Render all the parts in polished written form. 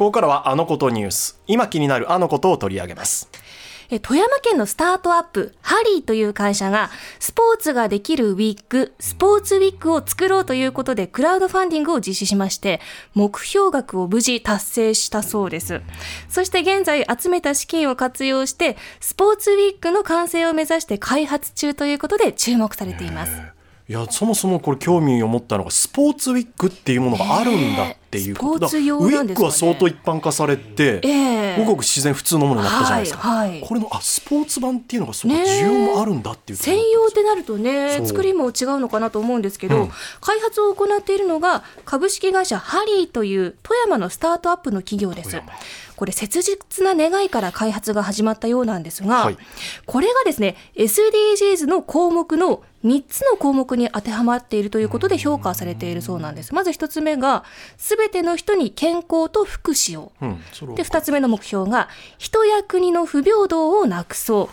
こからはあのことニュース。今気になるあのことを取り上げます。 富山県のスタートアップハリーという会社がスポーツができるウィッグ、スポーツウィッグを作ろうということでクラウドファンディングを実施しまして、目標額を無事達成したそうです。そして現在集めた資金を活用してスポーツウィッグの完成を目指して開発中ということで注目されています。 いや、そもそもこれ興味を持ったのがスポーツウィッグっていうものがあるんだっていうことだ。 スポーツ用なんですかね。 ウィッグは相当一般化されて、ごくごく自然普通のものになったじゃないですか、これのスポーツ版っていうのがそうか、需要もあるんだっていう専用ってなるとね、作りも違うのかなと思うんですけど、開発を行っているのが株式会社ハリーという富山のスタートアップの企業です。これ切実な願いから開発が始まったようなんですが、これがですね SDGs の項目の3つの項目に当てはまっているということで評価されているそうなんです。まず1つ目がすべての人に健康と福祉を、で2つ目の目標が人や国の不平等をなくそう、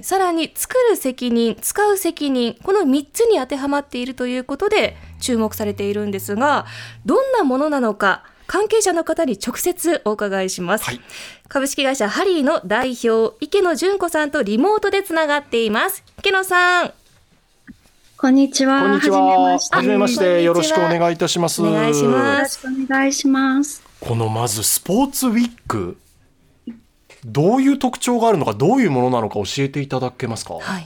さらに作る責任、使う責任、この3つに当てはまっているということで注目されているんですが、どんなものなのか関係者の方に直接お伺いします、株式会社ハリーの代表池野純子さんとリモートでつながっています。池野さん、 こんにちは。 はじめまして。よろしくお願いいたします。 お願いします。 よろしくお願いします。 このまずスポーツウィッグ、どういう特徴があるのか、どういうものなのか教えていただけますか？ はい。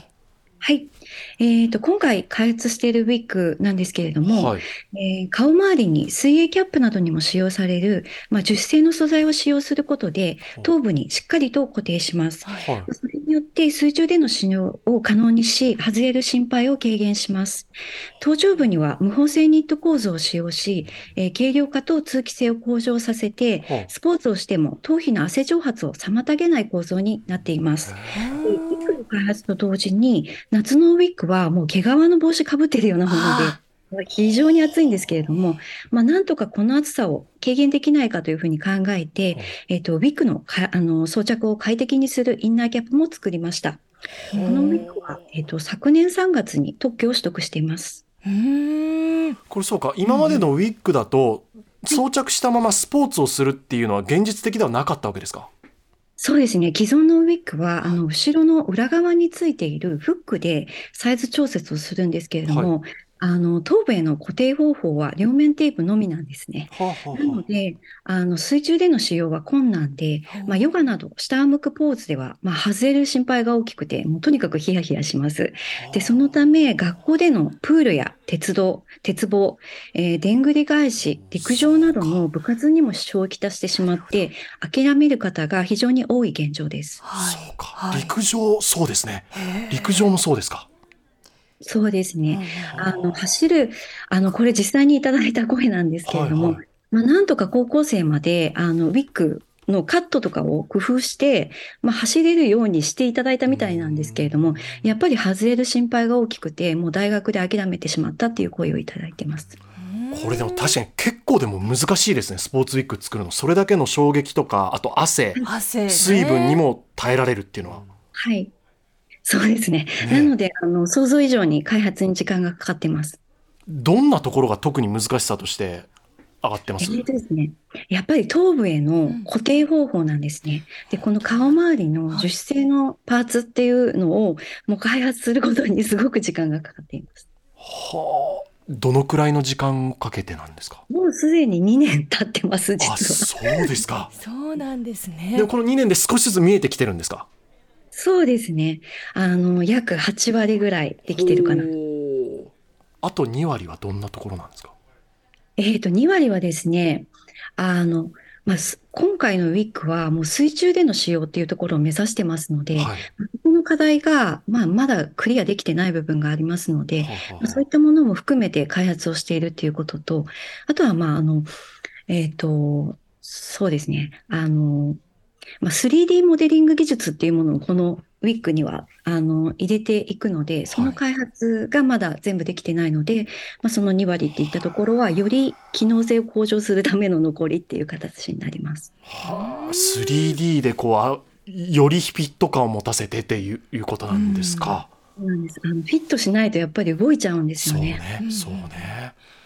今回開発しているウィッグなんですけれども、顔周りに水泳キャップなどにも使用される、樹脂製の素材を使用することで頭部にしっかりと固定します。それによって水中での使用を可能にし、外れる心配を軽減します。頭頂部には無縫製ニット構造を使用し、軽量化と通気性を向上させて、スポーツをしても頭皮の汗蒸発を妨げない構造になっています。ウィッグの開発と同時に、夏のウィッグはもう毛皮の帽子かぶっているようなもので、非常に暑いんですけれども、なんとかこの暑さを軽減できないかというふうに考えて、ウィッグの装着を快適にするインナーキャップも作りました。このウィッグは、昨年3月に特許を取得しています。 これそうか、今までのウィッグだと装着したままスポーツをするっていうのは現実的ではなかったわけですか？ そうですね。既存のウィッグは、後ろの裏側についているフックでサイズ調節をするんですけれども、頭部への固定方法は両面テープのみなんですね。なので、水中での使用は困難で、ヨガなど下を向くポーズでは、外れる心配が大きくて、もうとにかくヒヤヒヤします。で、そのため、学校でのプールや鉄棒、でんぐり返し、陸上などの部活にも支障をきたしてしまって、諦める方が非常に多い現状です。 そうか、陸上、そうですね。陸上もそうですか。 そうですね。走る、これ実際にいただいた声なんですけれども、なんとか高校生まで、ウィッグのカットとかを工夫して、走れるようにしていただいたみたいなんですけれども、やっぱり外れる心配が大きくて、もう大学で諦めてしまったっていう声をいただいてます。 これでも確かに結構でも難しいですね、スポーツウィッグ作るの。それだけの衝撃とか、あと汗、水分にも耐えられるっていうのは。 はい。そうですね。なので、想像以上に開発に時間がかかってます。 どんなところが特に難しさとして上がってます？ ですね、やっぱり頭部への固定方法なんですね。で、この顔周りの樹脂製のパーツっていうのをもう開発することにすごく時間がかかっています。 どのくらいの時間かけてなんですか？ もうすでに2年経ってます、実は。 そうですか。 そうなんですね。 で、この2年で少しずつ見えてきてるんですか？ そうですね。約8割ぐらいできてるかな。 あと2割はどんなところなんですか ？2割はですね、今回のウィッグはもう水中での使用っていうところを目指してますので、この課題が、まだクリアできてない部分がありますので、そういったものも含めて開発をしているっていうことと、あとは、そうですね、3D モデリング技術っていうものをこのウィッグには入れていくので、その開発がまだ全部できてないので、その2割っていったところはより機能性を向上するための残りっていう形になります。 3D でよりフィット感を持たせてっていうことなんですか？ そうなんです。フィットしないとやっぱり動いちゃうんですよね。 そうね。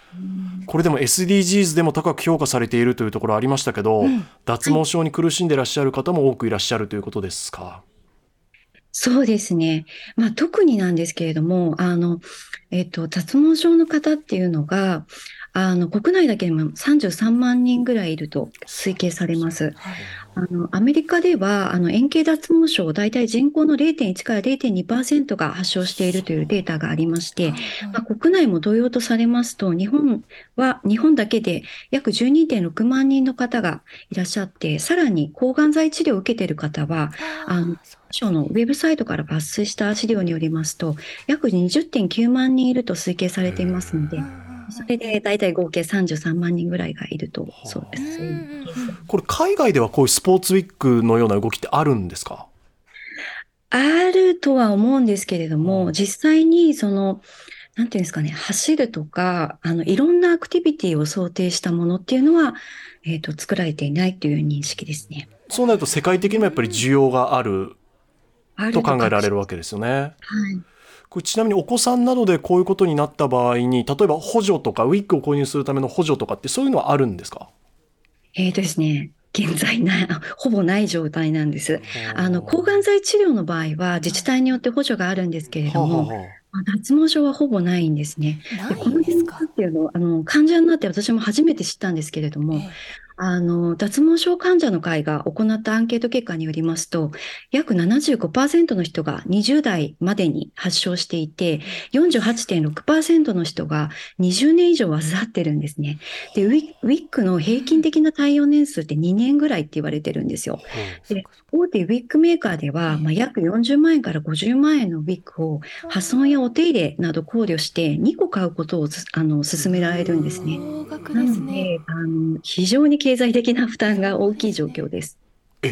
これでも SDGs でも高く評価されているというところありましたけど、脱毛症に苦しんでいらっしゃる方も多くいらっしゃるということですか？ そうですね。特になんですけれども、脱毛症の方っていうのが、国内だけでも33万人ぐらいいると推計されます。アメリカでは、円形脱毛症、大体人口の 0.1 から 0.2% が発症しているというデータがありまして、国内も同様とされますと、日本だけで約 12.6 万人の方がいらっしゃって、さらに抗がん剤治療を受けている方は、省のウェブサイトから抜粋した資料によりますと、約 20.9 万人いると推計されていますので、それで大体合計33万人ぐらいがいると、そうです。 これ海外ではこういうスポーツウィークのような動きってあるんですか？ あるとは思うんですけれども、実際になんていうんですかね、走るとか、いろんなアクティビティを想定したものっていうのは、作られていないという認識ですね。 そうなると世界的にもやっぱり需要があると考えられるわけですよね。 はい。 これちなみにお子さんなどでこういうことになった場合に、例えば補助とかウィッグを購入するための補助とかってそういうのはあるんですか？ ですね、現在ほぼない状態なんです。抗がん剤治療の場合は自治体によって補助があるんですけれども、脱毛症はほぼないんですね。で、この現象っていうのを患者になって私も初めて知ったんですけれども、脱毛症患者の会が行ったアンケート結果によりますと、約 75% の人が20代までに発症していて、48.6% の人が20年以上患ってるんですね。で、ウィッグの平均的な耐用年数って2年ぐらいって言われてるんですよ。で、大手ウィッグメーカーでは、約40万円から50万円のウィッグを破損やお手入れなど考慮して2個買うことを勧められるんですね。なので、非常に経済的な負担が大きい状況です。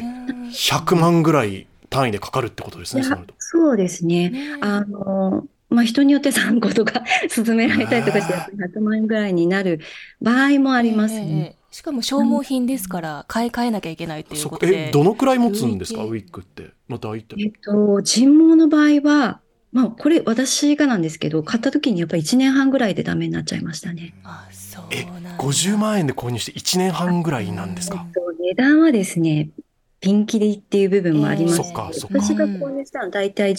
100万ぐらい単位でかかるってことですね。 そうですね。人によって3個とか勧められたりとかして、100万円ぐらいになる場合もありますね。 しかも消耗品ですから買い替えなきゃいけないっていうことで。 どのくらい持つんですか、ウィッグって。大体。 人毛の場合は、これ私がなんですけど、買った時にやっぱり1年半ぐらいでダメになっちゃいましたね。 50万円で購入して1年半ぐらいなんですか？ 値段はですね、ピンキリっていう部分もあります。私が購入したのは大体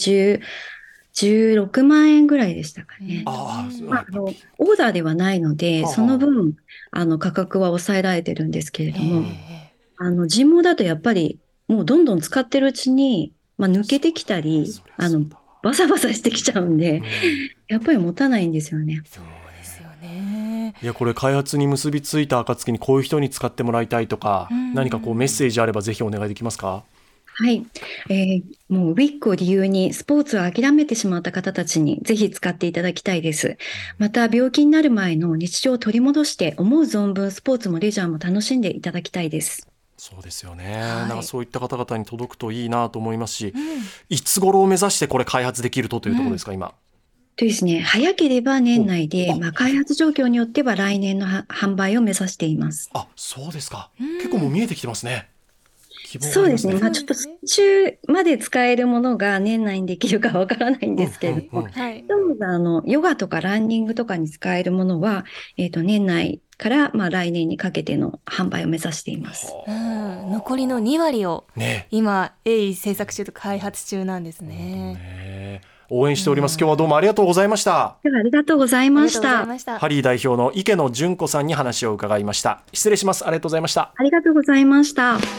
16万円ぐらいでしたかね。オーダーではないので、その分価格は抑えられてるんですけれども、人毛だとやっぱりもうどんどん使ってるうちに、抜けてきたりバサバサしてきちゃうんで、やっぱり持たないんですよね。 そうですよね。 いや、これ開発に結びついた暁にこういう人に使ってもらいたいとか、何かこうメッセージあればぜひお願いできますか？ はい、もうウィッグを理由にスポーツを諦めてしまった方たちにぜひ使っていただきたいです。また病気になる前の日常を取り戻して思う存分スポーツもレジャーも楽しんでいただきたいです。 そうですよね、なんかそういった方々に届くといいなと思いますし、いつ頃を目指してこれ開発できるというところですか、今。 ですね、早ければ年内で、開発状況によっては来年の販売を目指しています。 そうですか。結構もう見えてきてますね。 そうですね。ちょっと水中まで使えるものが年内にできるかわからないんですけれども、ヨガとかランニングとかに使えるものは、年内から来年にかけての販売を目指しています。 残りの2割を今、鋭意製作中と開発中なんですね。 応援しております。今日はどうもありがとうございました。 ありがとうございました。 ハリー代表の池野純子さんに話を伺いました。失礼します。ありがとうございました。 ありがとうございました。